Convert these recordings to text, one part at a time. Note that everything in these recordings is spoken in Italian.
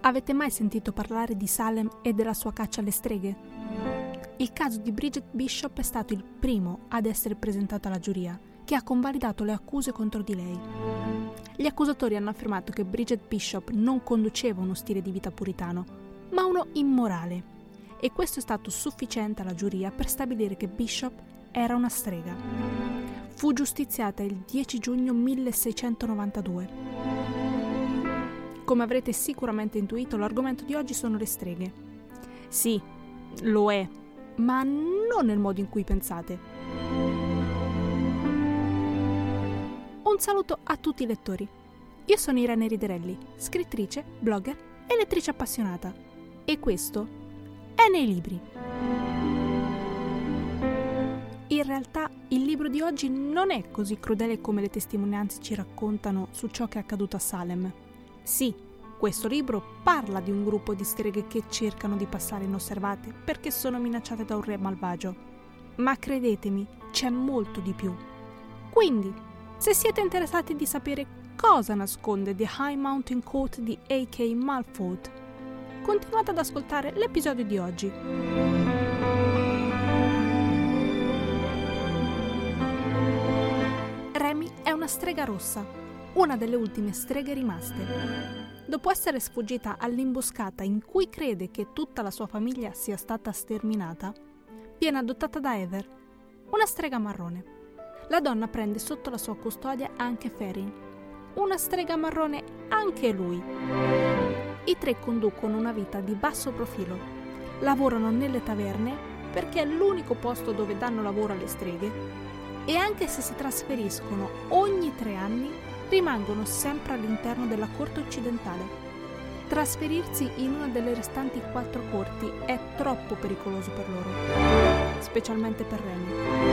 Avete mai sentito parlare di Salem e della sua caccia alle streghe? Il caso di Bridget Bishop è stato il primo ad essere presentato alla giuria, che ha convalidato le accuse contro di lei. Gli accusatori hanno affermato che Bridget Bishop non conduceva uno stile di vita puritano, ma uno immorale, e questo è stato sufficiente alla giuria per stabilire che Bishop era una strega. Fu giustiziata il 10 giugno 1692. Come avrete sicuramente intuito, l'argomento di oggi sono le streghe. Sì, lo è, ma non nel modo in cui pensate. Un saluto a tutti i lettori. Io sono Irene Riderelli, scrittrice, blogger e lettrice appassionata. E questo è Nei Libri. In realtà il libro di oggi non è così crudele come le testimonianze ci raccontano su ciò che è accaduto a Salem. Sì, questo libro parla di un gruppo di streghe che cercano di passare inosservate perché sono minacciate da un re malvagio. Ma credetemi, c'è molto di più. Quindi, se siete interessati di sapere cosa nasconde The High Mountain Court di A.K. Malfoy, continuate ad ascoltare l'episodio di oggi. Remy è una strega rossa, una delle ultime streghe rimaste. Dopo essere sfuggita all'imboscata in cui crede che tutta la sua famiglia sia stata sterminata, viene adottata da Heather, una strega marrone. La donna prende sotto la sua custodia anche Ferin, una strega marrone anche lui. I tre conducono una vita di basso profilo, lavorano nelle taverne perché è l'unico posto dove danno lavoro alle streghe, e anche se si trasferiscono ogni 3 anni, rimangono sempre all'interno della corte occidentale. Trasferirsi in una delle restanti 4 corti è troppo pericoloso per loro, specialmente per Remy.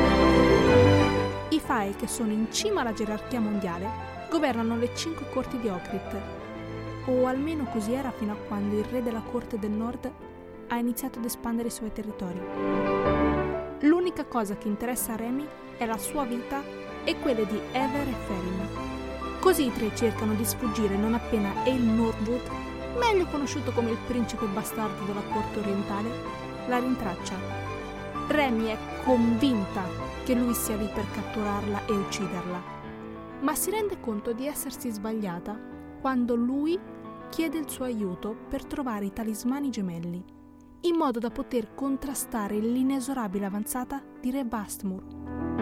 I Fae, che sono in cima alla gerarchia mondiale, governano le 5 corti di Ogrit, o almeno così era fino a quando il re della corte del nord ha iniziato ad espandere i suoi territori. L'unica cosa che interessa a Remy è la sua vita e quelle di Heather e Ferin. Così i tre cercano di sfuggire non appena Hale Norwood, meglio conosciuto come il principe bastardo della corte orientale, la rintraccia. Remy è convinta che lui sia lì per catturarla e ucciderla, ma si rende conto di essersi sbagliata quando lui chiede il suo aiuto per trovare i talismani gemelli, in modo da poter contrastare l'inesorabile avanzata di Re Bastmore.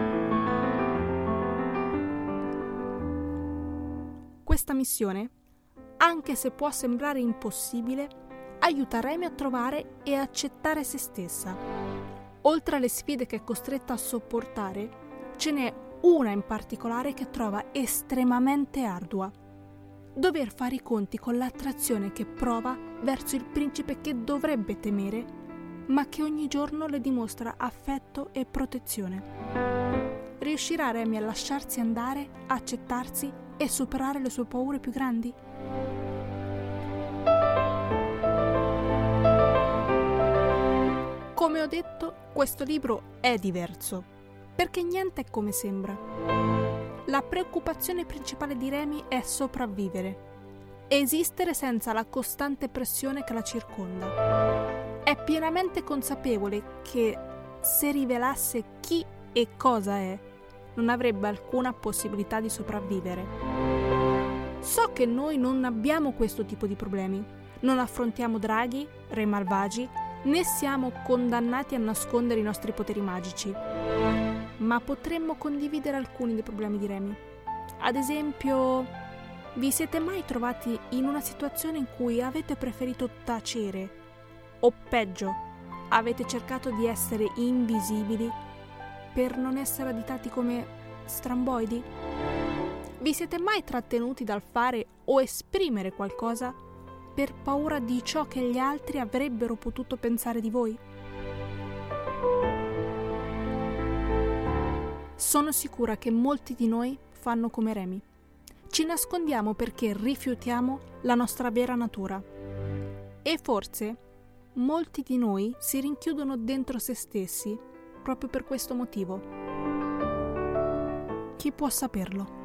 Questa missione, anche se può sembrare impossibile, aiuta Remy a trovare e accettare se stessa. Oltre alle sfide che è costretta a sopportare, ce n'è una in particolare che trova estremamente ardua: dover fare i conti con l'attrazione che prova verso il principe che dovrebbe temere, ma che ogni giorno le dimostra affetto e protezione. Riuscirà Remy a lasciarsi andare, a accettarsi e superare le sue paure più grandi? Come ho detto, questo libro è diverso, perché niente è come sembra. La preoccupazione principale di Remy è sopravvivere, esistere senza la costante pressione che la circonda. È pienamente consapevole che se rivelasse chi e cosa è, non avrebbe alcuna possibilità di sopravvivere. So che noi non abbiamo questo tipo di problemi, non affrontiamo draghi, re malvagi, né siamo condannati a nascondere i nostri poteri magici, ma potremmo condividere alcuni dei problemi di Remy. Ad esempio, vi siete mai trovati in una situazione in cui avete preferito tacere, o peggio, avete cercato di essere invisibili per non essere additati come stramboidi? Vi siete mai trattenuti dal fare o esprimere qualcosa per paura di ciò che gli altri avrebbero potuto pensare di voi? Sono sicura che molti di noi fanno come Remy. Ci nascondiamo perché rifiutiamo la nostra vera natura. E forse molti di noi si rinchiudono dentro se stessi proprio per questo motivo. Chi può saperlo?